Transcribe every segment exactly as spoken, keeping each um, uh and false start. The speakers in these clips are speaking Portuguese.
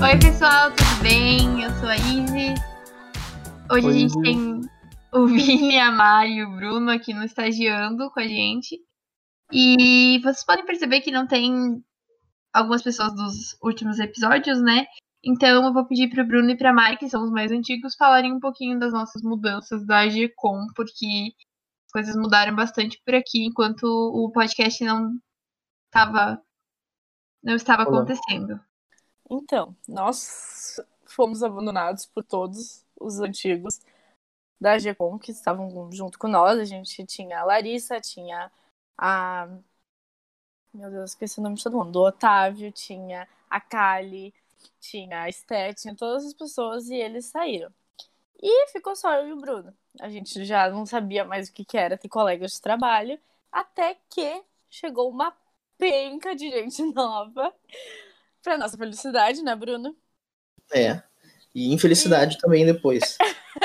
Oi pessoal, tudo bem? Eu sou a Isis. Hoje Oi, a gente Isis. tem o Vini, a Mari e o Bruno aqui no estagiando com a gente. E vocês podem perceber que não tem algumas pessoas dos últimos episódios, né? Então eu vou pedir pro Bruno e pra Mari, que são os mais antigos, falarem um pouquinho das nossas mudanças da G-Com, porque as coisas mudaram bastante por aqui, enquanto o podcast não estava não estava Olá. acontecendo. Então, nós fomos abandonados por todos os antigos da G-Com que estavam junto com nós. A gente tinha a Larissa, tinha a... Meu Deus, esqueci o nome de todo mundo. O Otávio, tinha a Kali, tinha a Esté, tinha todas as pessoas e eles saíram. E ficou só eu e o Bruno. A gente já não sabia mais o que que era ter colegas de trabalho, até que chegou uma penca de gente nova. Pra nossa felicidade, né, Bruno? É. E infelicidade e... também depois.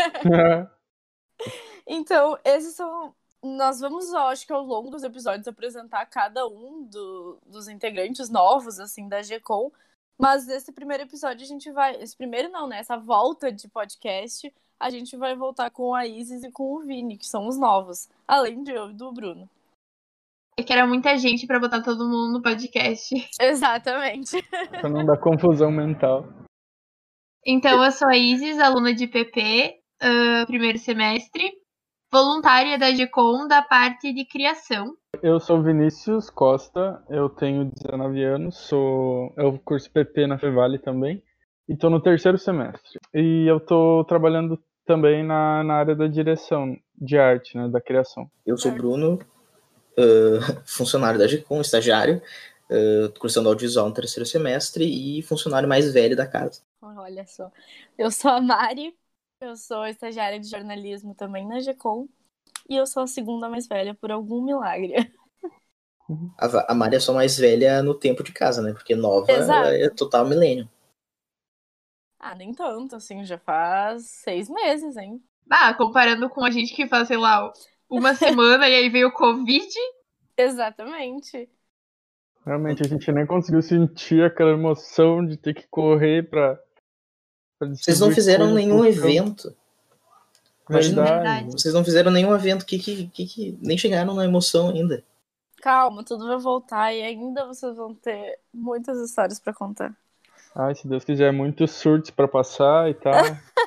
Então, esses são... Nós vamos, acho que ao longo dos episódios, apresentar cada um do, dos integrantes novos, assim, da G-Com. Mas nesse primeiro episódio a gente vai... Esse primeiro não, né? Essa volta de podcast, a gente vai voltar com a Isis e com o Vini, que são os novos. Além de eu e do Bruno. É que era muita gente pra botar todo mundo no podcast. Exatamente. Pra não dar confusão mental. Então, eu sou a Isis, aluna de P P, uh, primeiro semestre, voluntária da G-Com da parte de criação. Eu sou Vinícius Costa, eu tenho dezenove anos, sou eu curso P P na Fevale também, e tô no terceiro semestre. E eu tô trabalhando também na, na área da direção de arte, né, da criação. Eu sou Bruno, uh, funcionário da G-Com, estagiário, uh, cursando audiovisual no terceiro semestre e funcionário mais velho da casa. Olha só. Eu sou a Mari, eu sou estagiária de jornalismo também na G-Com e eu sou a segunda mais velha por algum milagre. A, a Mari é só mais velha no tempo de casa, né? Porque nova ela é total milênio. Ah, nem tanto, assim, já faz seis meses, hein? Ah, comparando com a gente que faz, sei lá, uma semana e aí veio o Covid. Exatamente. Realmente a gente nem conseguiu sentir aquela emoção de ter que correr pra... Vocês não fizeram nenhum evento. Imagina, Verdade. vocês não fizeram nenhum evento que, que, que, que nem chegaram na emoção ainda. Calma, tudo vai voltar e ainda vocês vão ter muitas histórias pra contar. Ai, se Deus quiser, muitos surtos pra passar e tal.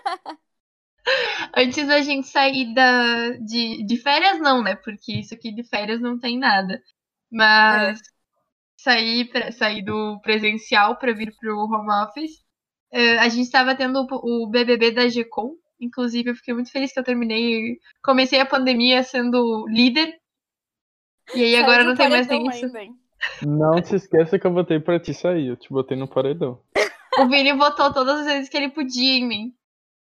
Antes da gente sair da, de, de férias, não, né? Porque isso aqui de férias não tem nada. Mas é. sair, pra, sair do presencial pra vir pro home office. Uh, a gente estava tendo o, o B B B da G-Com. Inclusive, eu fiquei muito feliz que eu terminei. Comecei a pandemia sendo líder. E aí Saiu agora não tem mais nem isso. Ainda, não se esqueça que eu votei pra ti sair. Eu te botei no paredão. O Vini votou todas as vezes que ele podia em mim.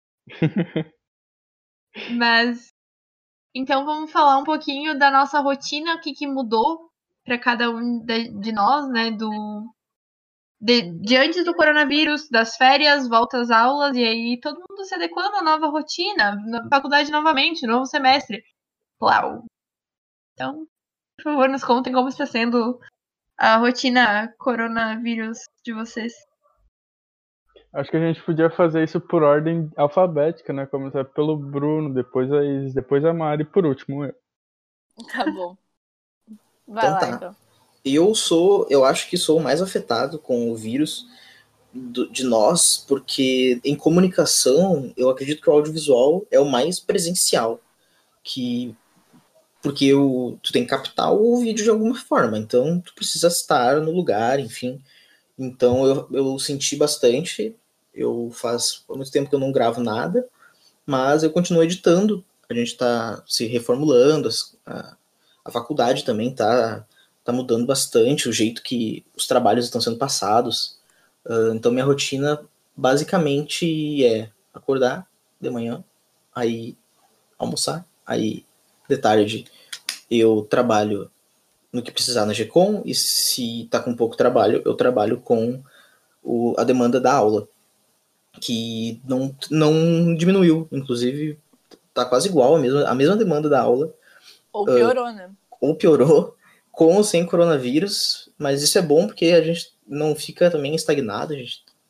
Mas... Então vamos falar um pouquinho da nossa rotina. O que, que mudou para cada um de, de nós, né? Do... De, de antes do coronavírus, das férias, volta às aulas, e aí todo mundo se adequando à nova rotina, na faculdade novamente, novo semestre. Uau! Então, por favor, nos contem como está sendo a rotina coronavírus de vocês. Acho que a gente podia fazer isso por ordem alfabética, né? Começar pelo Bruno, depois a Isis, depois a Mari e por último eu. Tá bom. Vai então lá, tá. então. Eu sou, eu acho que sou o mais afetado com o vírus do, de nós, porque em comunicação, eu acredito que o audiovisual é o mais presencial, que, porque eu, tu tem que captar o vídeo de alguma forma, então tu precisa estar no lugar, enfim. Então eu, eu senti bastante, eu faz muito tempo que eu não gravo nada, mas eu continuo editando, a gente está se reformulando, a, a faculdade também está... tá mudando bastante o jeito que os trabalhos estão sendo passados. Uh, então minha rotina basicamente é acordar de manhã, aí almoçar, aí de tarde eu trabalho no que precisar na G-Com, e se tá com pouco trabalho, eu trabalho com o, a demanda da aula, que não, não diminuiu, inclusive tá quase igual a mesma, a mesma demanda da aula. Ou piorou, uh, né? Ou piorou, com ou sem coronavírus, mas isso é bom porque a gente não fica também estagnado, a gente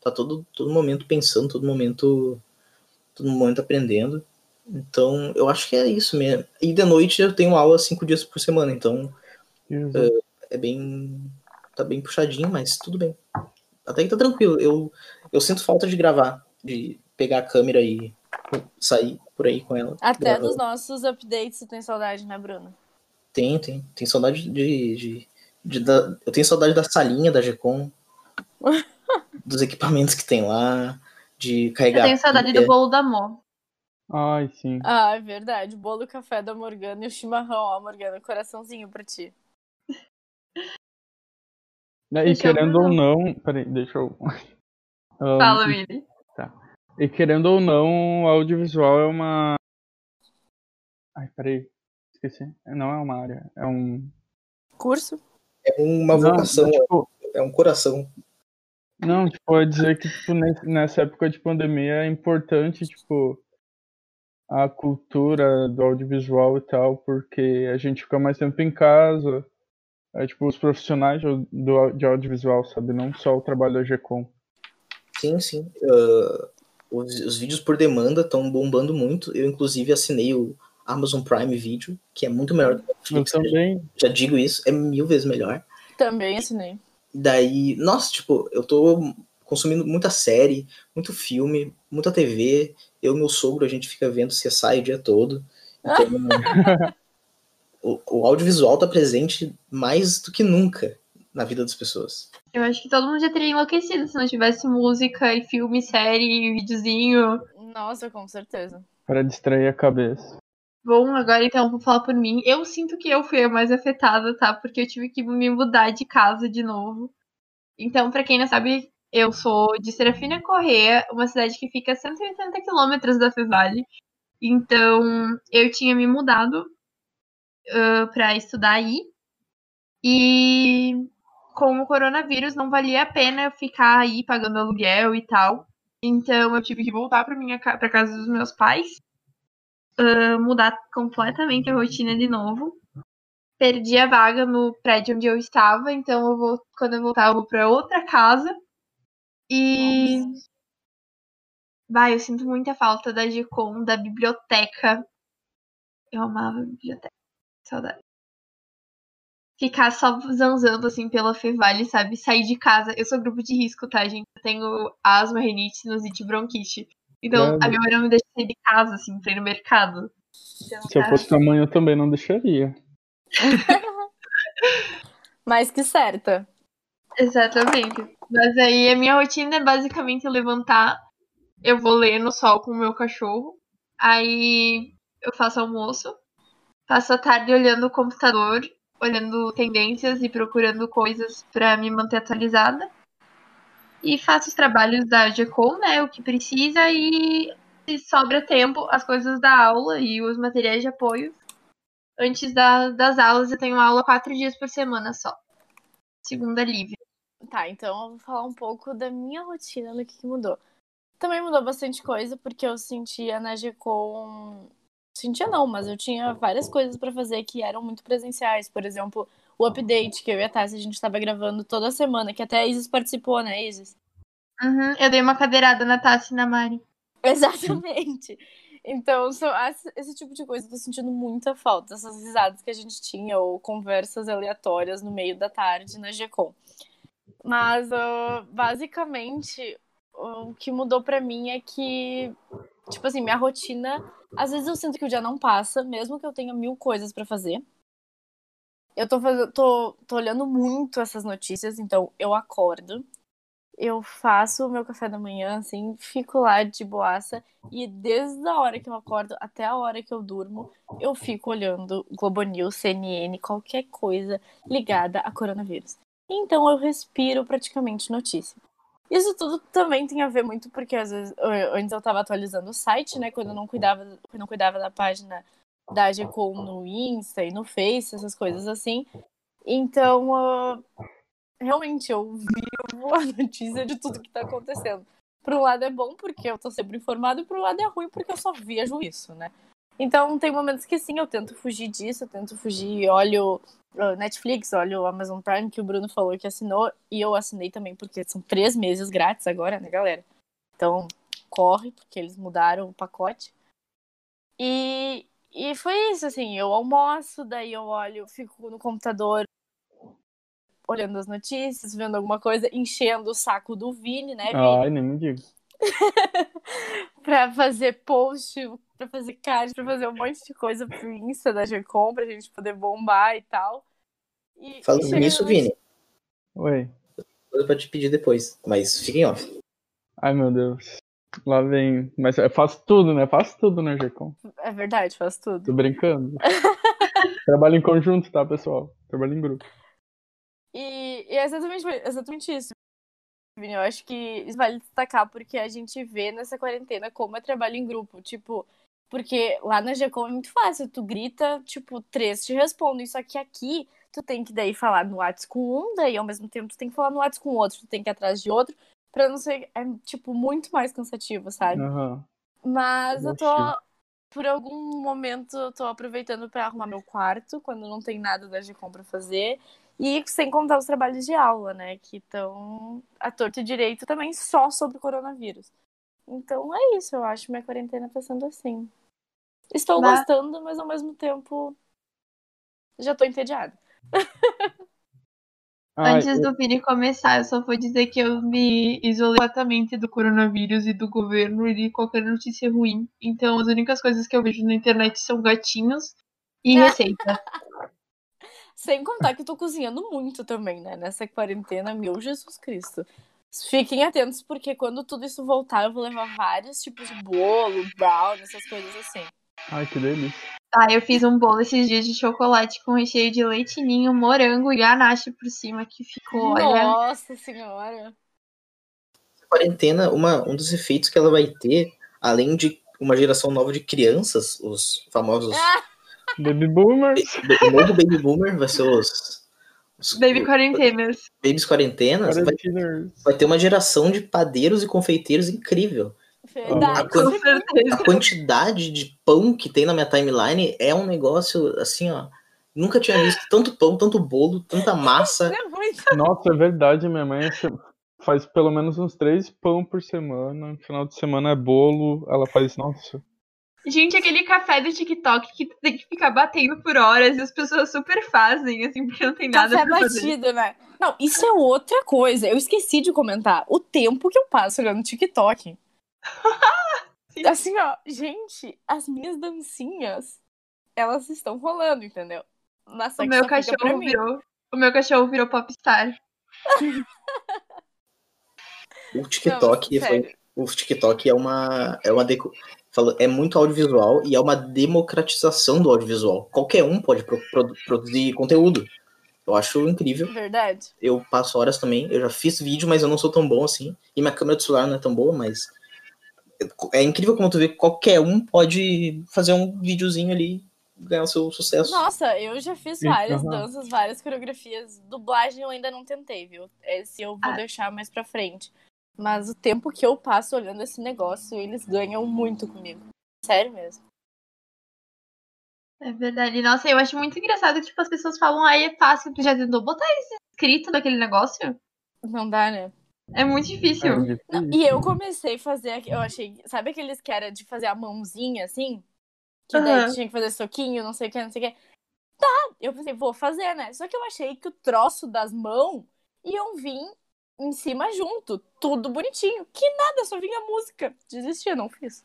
tá todo, todo momento pensando, todo momento, todo momento aprendendo. Então, eu acho que é isso mesmo. E de noite eu tenho aula cinco dias por semana, então Exato. é bem... tá bem puxadinho, mas tudo bem. Até que tá tranquilo. Eu, eu sinto falta de gravar, de pegar a câmera e sair por aí com ela. Até gravando. dos nossos updates tu tem saudade, né, Bruno? Tem, tem. Tem saudade de... de, de da, eu tenho saudade da salinha da Gecom, dos equipamentos que tem lá, de Eu carregar tenho saudade pilha. do bolo da Amor. Ai, sim. Ah, é verdade. Bolo e café da Morgana e o chimarrão, ó, Morgana, coraçãozinho pra ti. Né, E Deixa eu querendo ou ver. não. Peraí, deixa eu. Um, Fala, Vini. E querendo ou não, o audiovisual é uma. Ai, peraí. Esqueci. Não é uma área. É um. Curso? É uma Não, vocação, tipo. é um coração. Não, tipo, pode dizer que, tipo, nesse- nessa época de pandemia é importante, tipo, a cultura do audiovisual e tal, porque a gente fica mais tempo em casa. É, tipo, os profissionais do, do- de audiovisual, sabe? Não só o trabalho da Gecom. Sim, sim. Uh, os, os vídeos por demanda estão bombando muito. Eu, inclusive, assinei o Amazon Prime Video, que é muito melhor que o Eu Netflix. também. Já digo isso, é mil vezes melhor. Também assinei. Daí, nossa, tipo, eu tô consumindo muita série, muito filme, muita T V. Eu e meu sogro, a gente fica vendo C S I o dia todo. Então, o, o audiovisual tá presente mais do que nunca na vida das pessoas. Eu acho que todo mundo já teria enlouquecido se não tivesse música e filme, série, videozinho. Nossa, com certeza. Para distrair a cabeça. Bom, agora então vou falar por mim. Eu sinto que eu fui a mais afetada, tá? Porque eu tive que me mudar de casa de novo. Então, pra quem não sabe, eu sou de Serafina Corrêa, uma cidade que fica a cento e oitenta quilômetros da Fevale. Então, eu tinha me mudado uh, pra estudar aí. E com o coronavírus não valia a pena eu ficar aí pagando aluguel e tal. Então, eu tive que voltar pra, minha, pra casa dos meus pais. Uh, mudar completamente a rotina de novo. Perdi a vaga no prédio onde eu estava, então eu vou, quando eu voltar, eu vou pra outra casa. E. Vai, eu sinto muita falta da Gecom, da biblioteca. Eu amava a biblioteca. Saudade. Ficar só zanzando assim pela Fevale, sabe? Sair de casa. Eu sou grupo de risco, tá, gente? Eu tenho asma, rinite, sinusite e bronquite. Então, a Credo. minha mãe não me deixa sair de casa, assim, pra ir no mercado. Então, Se eu tá. fosse tamanho, eu também não deixaria. Mais que certa. Exatamente. Mas aí a minha rotina é basicamente levantar, eu vou ler no sol com o meu cachorro, aí eu faço almoço, passo a tarde olhando o computador, olhando tendências e procurando coisas pra me manter atualizada. E faço os trabalhos da Gecom, né, o que precisa, e se sobra tempo, as coisas da aula e os materiais de apoio. Antes da, das aulas eu tenho aula quatro dias por semana só. Segunda livre. Tá, então eu vou falar um pouco da minha rotina, do que, que mudou. Também mudou bastante coisa, porque eu sentia na Gecom... Sentia não, mas eu tinha várias coisas pra fazer que eram muito presenciais. Por exemplo, o update que eu e a Tassi, a gente tava gravando toda semana, que até a Isis participou, né, Isis? Uhum, eu dei uma cadeirada na Tassi e na Mari. Exatamente. Então, são esse tipo de coisa eu tô sentindo muita falta. Essas risadas que a gente tinha, ou conversas aleatórias no meio da tarde na Gecom. Mas, uh, basicamente, o que mudou pra mim é que, tipo assim, minha rotina... Às vezes eu sinto que o dia não passa, mesmo que eu tenha mil coisas pra fazer. Eu tô, faz... tô, tô olhando muito essas notícias, então eu acordo, eu faço o meu café da manhã, assim, fico lá de boaça, e desde a hora que eu acordo até a hora que eu durmo, eu fico olhando Globo News, C N N, qualquer coisa ligada a coronavírus. Então eu respiro praticamente notícia. Isso tudo também tem a ver muito porque às vezes eu, antes eu tava atualizando o site, né, quando eu não cuidava, quando eu não cuidava da página da Gecom no Insta e no Face, essas coisas assim. Então, uh, realmente eu vivo a notícia de tudo que tá acontecendo. Por um lado é bom porque eu tô sempre informado e por um lado é ruim porque eu só vejo isso, né? Então, tem momentos que sim, eu tento fugir disso, eu tento fugir, olho uh, Netflix, olho o Amazon Prime, que o Bruno falou que assinou, e eu assinei também, porque são três meses grátis agora, né, galera? Então, corre, porque eles mudaram o pacote. E, e foi isso, assim, eu almoço, daí eu olho, fico no computador, olhando as notícias, vendo alguma coisa, enchendo o saco do Vini, né, Vini? Ai, nem me diga. Pra fazer post, pra fazer card, pra fazer um monte de coisa pro Insta da G-Com, pra gente poder bombar e tal. E, Falando e chega nisso, no- Vini, Oi. coisa pra te pedir depois, mas fiquem off. Ai, meu Deus. Lá vem. Mas eu faço tudo, né? Faço tudo na G-Com. É verdade, faz tudo. Tô brincando. Trabalho em conjunto, tá, pessoal? Trabalho em grupo. E, e é exatamente, exatamente isso, Vini. Eu acho que isso vale destacar porque a gente vê nessa quarentena como é trabalho em grupo. Tipo, porque lá na G-Com é muito fácil. Tu grita, tipo, três te respondem. Só que aqui, tu tem que daí falar no WhatsApp com um, daí ao mesmo tempo tu tem que falar no WhatsApp com outro. Tu tem que ir atrás de outro. Pra não ser, é, tipo, muito mais cansativo, sabe? Aham. Mas eu tô, Exaustivo. por algum momento, eu tô aproveitando pra arrumar meu quarto, quando não tem nada da G-Com pra fazer. E sem contar os trabalhos de aula, né? Que estão à torto e direito também só sobre coronavírus. Então é isso, eu acho que minha quarentena tá sendo assim. Estou Mas- gostando, mas ao mesmo tempo já tô entediada. Ai, Antes do Vini começar, eu só vou dizer que eu me isolei completamente do coronavírus e do governo e de qualquer notícia ruim. Então, as únicas coisas que eu vejo na internet são gatinhos e receita. Sem contar que eu tô cozinhando muito também, né? Nessa quarentena, meu Jesus Cristo. Fiquem atentos, porque quando tudo isso voltar, eu vou levar vários tipos de bolo, brownie, essas coisas assim. ai, que delícia. Ah, eu fiz um bolo esses dias de chocolate com recheio de leite ninho, morango e ganache por cima, que ficou, olha... Nossa senhora! Quarentena, uma, um dos efeitos que ela vai ter, além de uma geração nova de crianças, os famosos. Ah! Baby boomers. O novo baby boomer vai ser os. os Baby quarentenas. babies quarentenas. Vai, Quarentiners. vai ter uma geração de padeiros e confeiteiros incrível. Verdade. Com Com certeza. A quantidade de pão que tem na minha timeline é um negócio assim, ó. Nunca tinha visto tanto pão, tanto bolo, tanta massa. É muito. Nossa, é verdade, minha mãe faz pelo menos uns três pão por semana. No final de semana é bolo. Ela faz, nossa. Gente, aquele café do TikTok que tu tem que ficar batendo por horas e as pessoas super fazem, assim, porque não tem nada Café pra fazer. batido, né? Não, isso é outra coisa. Eu esqueci de comentar. O tempo que eu passo olhando TikTok. Sim. Assim, ó, gente, as minhas dancinhas, elas estão rolando, entendeu? Mas só O que meu só fica pra cachorro mim. virou. O meu cachorro virou popstar. O TikTok Não, foi. sério. O TikTok é uma. É uma deco, falo, é muito audiovisual e é uma democratização do audiovisual. Qualquer um pode pro, pro, produzir conteúdo. Eu acho incrível. Verdade. Eu passo horas também. Eu já fiz vídeo, mas eu não sou tão bom assim. E minha câmera do celular não é tão boa, mas. É incrível como tu vê que qualquer um pode fazer um videozinho ali e ganhar o seu sucesso. Nossa, eu já fiz Sim, várias aham. danças, várias coreografias. Dublagem eu ainda não tentei, viu? Esse eu vou Ah. deixar mais pra frente. Mas o tempo que eu passo olhando esse negócio, eles ganham muito comigo. Sério mesmo. É verdade. Nossa, eu acho muito engraçado que, tipo, as pessoas falam, ai, é fácil, tu já tentou botar esse escrito naquele negócio? Não dá, né? É muito É difícil. Não, difícil. e eu comecei a fazer, eu achei, sabe aqueles que era de fazer a mãozinha assim? Que daí Aham. tu tinha que fazer soquinho, não sei o que, não sei o que. Tá, eu pensei, vou fazer, né? Só que eu achei que o troço das mãos iam vir em cima junto, tudo bonitinho. Que nada, só vinha música. Desisti, eu não fiz.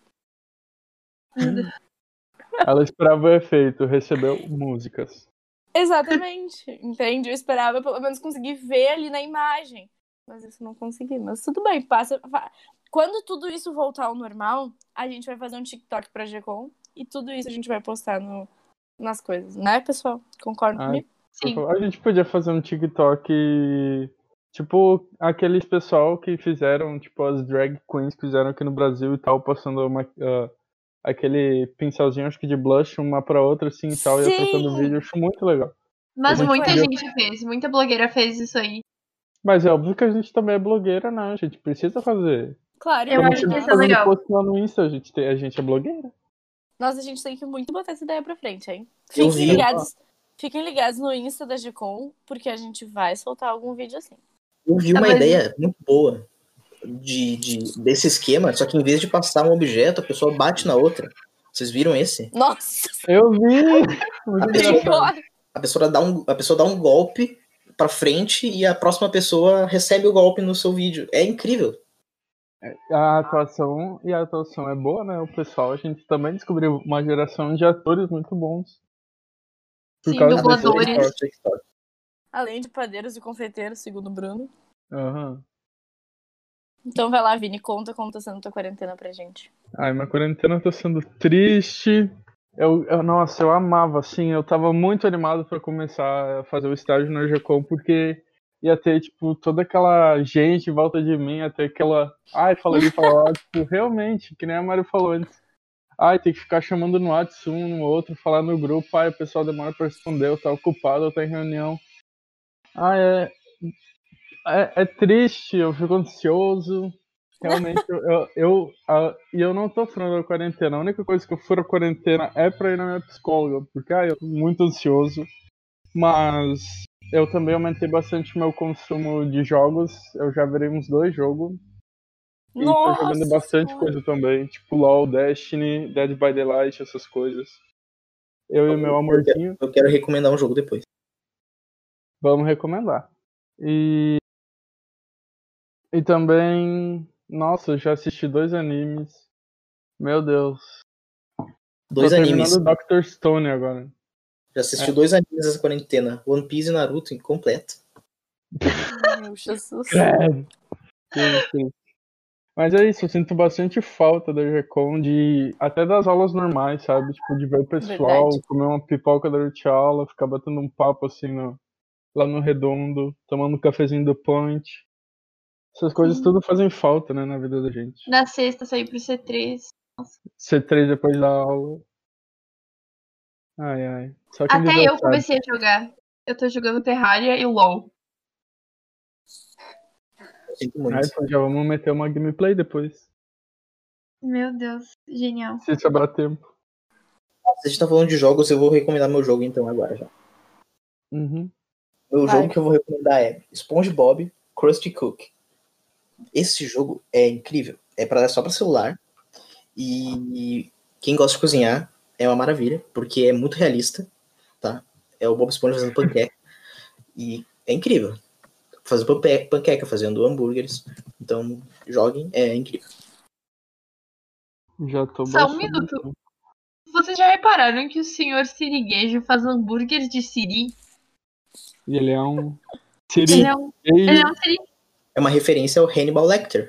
Ela esperava o efeito, recebeu músicas. Exatamente, entende? Eu esperava pelo menos conseguir ver ali na imagem. Mas isso não consegui, mas tudo bem, passa. fa- Quando tudo isso voltar ao normal, a gente vai fazer um TikTok pra G-Com e tudo isso a gente vai postar no, nas coisas, né, pessoal? Concordam Ai, comigo? por Sim. favor. A gente podia fazer um TikTok, tipo aqueles pessoal que fizeram, tipo as drag queens que fizeram aqui no Brasil e tal, passando uma, ah, aquele pincelzinho, acho que de blush, uma pra outra assim e tal, e ia trocando Sim! vídeo. Eu acho muito legal. Mas Muito muita legal. gente fez, muita blogueira fez isso aí. Mas é óbvio que a gente também é blogueira, né? A gente precisa fazer. Claro Eu Como que acho a que gente isso tá é fazendo legal. post lá no Insta, a gente, tem, a gente é blogueira. Nossa, a gente tem que muito botar essa ideia pra frente, hein? Eu Fiquem vi. ligados, fiquem ligados no Insta da Gcon, porque a gente vai soltar algum vídeo assim. Eu vi Ah, uma mas- ideia muito boa de, de, desse esquema, só que em vez de passar um objeto, a pessoa bate na outra. Vocês viram esse? Nossa, Eu vi! A Muito pessoa, engraçado. senhora! a pessoa dá um, a pessoa dá um golpe pra frente e a próxima pessoa recebe o golpe no seu vídeo. É incrível. A atuação e a atuação é boa, né? O pessoal, a gente também descobriu uma geração de atores muito bons. Por Sim, causa desse dubladores. TikTok. TikTok. Além de padeiros e confeiteiros, segundo o Bruno. Aham. Então vai lá, Vini, conta como tá sendo tua quarentena pra gente. Ai, minha quarentena tá sendo triste. Eu, eu, nossa, eu amava, assim, eu tava muito animado pra começar a fazer o estágio na Gcon, porque ia ter, tipo, toda aquela gente em volta de mim, ia ter aquela. Ai, fala ali, fala lá, tipo, realmente, que nem a Mari falou antes. Ai, tem que ficar chamando no WhatsApp um no outro, falar no grupo, ai, o pessoal demora pra responder, eu tá ocupado, eu tô em reunião. Ai, é. É, é triste, eu fico ansioso. Realmente, eu, eu, eu, a- e eu não tô furando a quarentena. A única coisa que eu furo a quarentena é pra ir na minha psicóloga, porque ai, eu tô muito ansioso. Mas eu também aumentei bastante meu consumo de jogos. Eu já virei uns dois jogos. E tô jogando Nossa bastante senhora. coisa também, tipo LoL, Destiny, Dead by Daylight, essas coisas. Eu e o meu Eu amorzinho quero, eu quero recomendar um jogo depois. vamos recomendar. E, e também, nossa, eu já assisti dois animes. Meu Deus. Dois Tô animes. terminando doutor Stone agora. Já assistiu dois animes essa quarentena. One Piece e Naruto incompleto. Meu Jesus. Credo. Triste, triste. Mas é isso, eu sinto bastante falta da Gcon, de até das aulas normais, sabe? Tipo, de ver o pessoal, Verdade. comer uma pipoca durante a aula, ficar batendo um papo assim no, lá no redondo, tomando um cafezinho do Punch. Essas coisas Sim. tudo fazem falta, né, na vida da gente. Na sexta saí pro C três. C três depois da aula. Ai, ai. Só quem Até devia eu sabe. comecei a jogar. Eu tô jogando Terraria e LoL. Sinto Ai, muito. então já vamos meter uma gameplay depois. Meu Deus, genial. Se sobrar tempo. Se a gente tá falando de jogos, eu vou recomendar meu jogo então agora já. Uhum. Meu Vai. jogo que eu vou recomendar é SpongeBob Krusty Cookie. Esse jogo é incrível. É pra, só pra celular. E quem gosta de cozinhar é uma maravilha, porque é muito realista, tá? É o Bob Esponja fazendo panqueca. E é incrível. Fazendo panque- panqueca, fazendo hambúrgueres. Então, joguem, é incrível. Já tô Só um baixando. minuto. Vocês já repararam que o senhor Siriguejo faz hambúrguer de siri? E ele é um. Ele Siri. é um, Ei, ele é um siri. É uma referência ao Hannibal Lecter.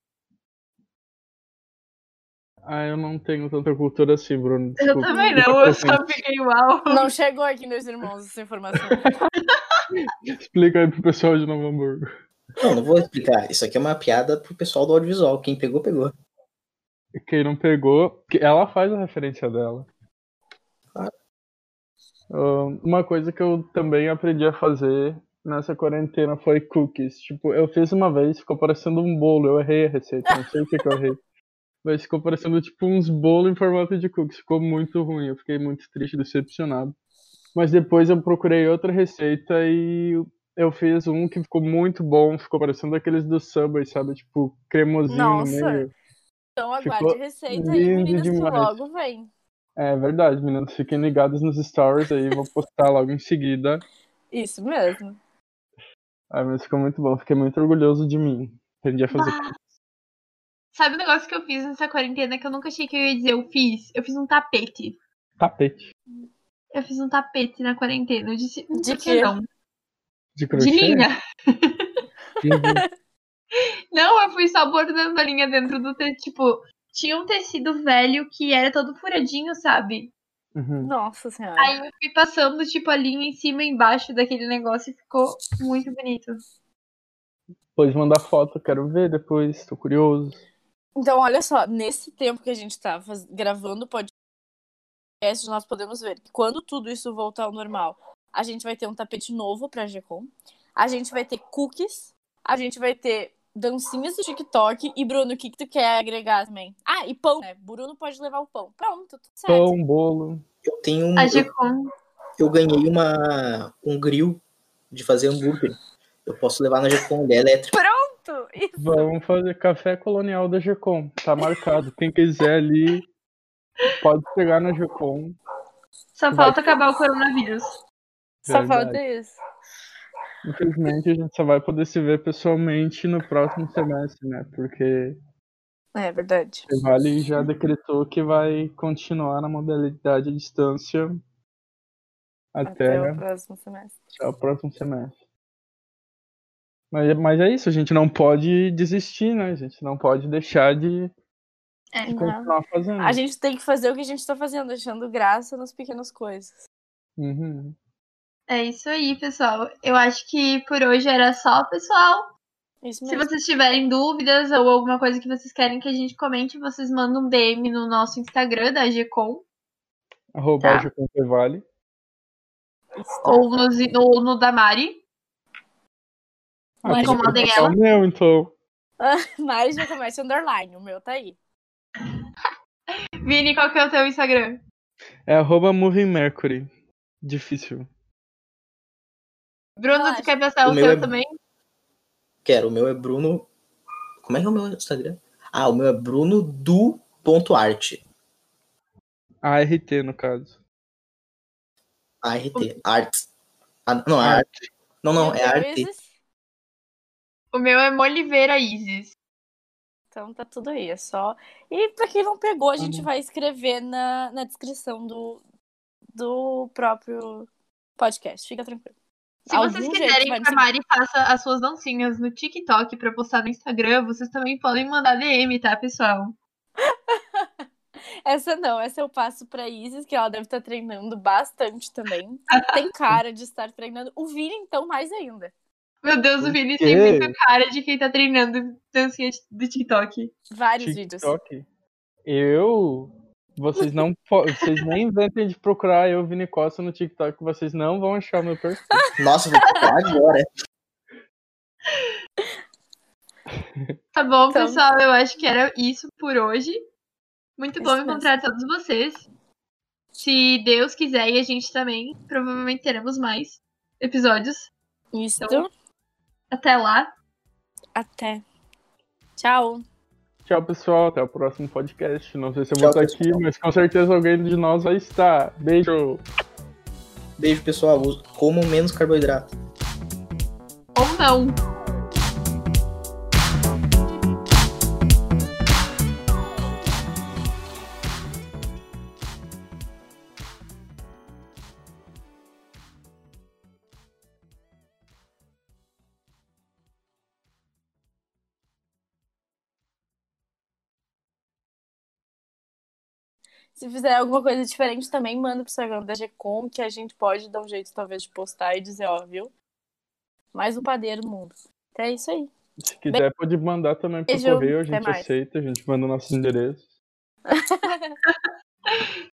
Ah, eu não tenho tanta cultura assim, Bruno. Eu Desculpa. também Fica não, eu só presente. fiquei mal. Não chegou aqui, meus irmãos, essa informação. Explica aí pro pessoal de Novo Hamburgo. Não, não vou explicar. Isso aqui é uma piada pro pessoal do audiovisual. Quem pegou, pegou. Quem não pegou, que ela faz a referência dela. Claro. Ah, uma coisa que eu também aprendi a fazer nessa quarentena foi cookies. Tipo, eu fiz uma vez, ficou parecendo um bolo. Eu errei a receita, não sei o que, que eu errei. Mas ficou parecendo tipo uns bolos em formato de cookies. Ficou muito ruim. Eu fiquei muito triste, decepcionado. Mas depois eu procurei outra receita e eu fiz um que ficou muito bom. Ficou parecendo aqueles do Subway, sabe? Tipo, cremosinho no Nossa. meio. Então aguarde Ficou receita aí, lindo meninas, que demais. logo vem. É verdade, meninas. Fiquem ligados nos stories aí. Vou postar logo em seguida. Isso mesmo. Ah, mas ficou muito bom. Fiquei muito orgulhoso de mim. Aprendi a fazer Bah. Sabe o negócio que eu fiz nessa quarentena que eu nunca achei que eu ia dizer? Eu fiz. Eu fiz um tapete. tapete Eu fiz um tapete na quarentena. Eu disse, hum, De por que quê? não? de De crochê. linha. Uhum. Não, eu fui só bordando a linha dentro do tecido. Tipo, tinha um tecido velho que era todo furadinho, sabe? Uhum. Nossa senhora. Aí eu fui passando, tipo, a linha em cima e embaixo daquele negócio e ficou muito bonito. Depois mandar foto, quero ver depois. Tô curioso. Então, olha só, nesse tempo que a gente tá faz... gravando o podcast, nós podemos ver que quando tudo isso voltar ao normal, a gente vai ter um tapete novo pra Gcon, a gente vai ter cookies, a gente vai ter dancinhas do TikTok e, Bruno, o que, que tu quer agregar também? Ah, Ah, e pão, né? Bruno pode levar o pão. Pronto, tudo certo. Pão, bolo. Eu tenho um. A Eu, Gecom. eu ganhei uma, um grill de fazer hambúrguer. Eu posso levar na Gecom, ele é elétrico. Pronto! Isso. Vamos fazer café colonial da Gecom. Tá marcado. Quem quiser ali, pode pegar na Gecom. Só Vai. falta acabar o coronavírus. Só Verdade. falta isso. Infelizmente, a gente só vai poder se ver pessoalmente no próximo semestre, né? Porque É verdade. o Vale já decretou que vai continuar na modalidade à distância até, Até o próximo semestre. até o próximo semestre. Mas, mas é isso, a gente não pode desistir, né? A gente não pode deixar de, É. de Não. continuar fazendo. A gente tem que fazer o que a gente tá fazendo, deixando graça nas pequenas coisas. Uhum. É isso aí, pessoal. Eu acho que por hoje era só, pessoal. Isso Se mesmo. vocês tiverem dúvidas ou alguma coisa que vocês querem que a gente comente, vocês mandam um D M no nosso Instagram da Gecom Arroba Tá. Gecom Vale. ou no, no, no da Mari. Ah, Mas pode comandem colocar ela. o meu, então. Mari já começa underline, o meu tá aí. Vini, qual que é o teu Instagram? É arroba Moving Mercury. Difícil. Bruno, Relaxa. tu quer passar O o, meu teu é- também? Quero, o meu é Bruno. Como é que é o meu Instagram? Ah, o meu é Bruno do ponto arte. A R T, no caso. A R T. Art. Ah, não, é Art. arte. Não, não, E o é teu, arte. Isis? O meu é Moliveira Isis. Então tá tudo aí, é só. E pra quem não pegou, a gente Uhum. vai escrever na, na descrição do, do próprio podcast. Fica tranquilo. Se Algum vocês jeito quiserem vai que nos a Mari faça as suas dancinhas no TikTok pra postar no Instagram, vocês também podem mandar D M, tá, pessoal? Essa não, essa eu passo pra Isis, que ela deve estar treinando bastante também. Tem cara de estar treinando. O Vini, então, mais ainda. Meu Deus, o Por Vini quê? tem muita cara de quem tá treinando dancinha do TikTok. Vários vídeos. TikTok. Eu. Vocês não po- vocês nem inventem de procurar eu, Vini Costa, no TikTok, que vocês não vão achar o meu perfil. Nossa, vou procurar agora. Tá bom, Então- pessoal, eu acho que era isso por hoje. Muito Isso bom mesmo. encontrar todos vocês. Se Deus quiser e a gente também, provavelmente teremos mais episódios. Isso. Então- Até lá. Até. Tchau. Tchau, pessoal. Até o próximo podcast. Não sei se eu Tchau, vou estar aqui, pessoal. mas com certeza alguém de nós vai estar. Beijo. Beijo, pessoal. Comam menos carboidrato. Ou não. Se fizer alguma coisa diferente também, manda pro Instagram da Gecom, que a gente pode dar um jeito, talvez, de postar e dizer, ó, viu? Mais um padeiro no mundo. Então é isso aí. Se quiser, pode mandar também pro Beijo. correio. A Até gente mais. aceita. A gente manda nossos endereços.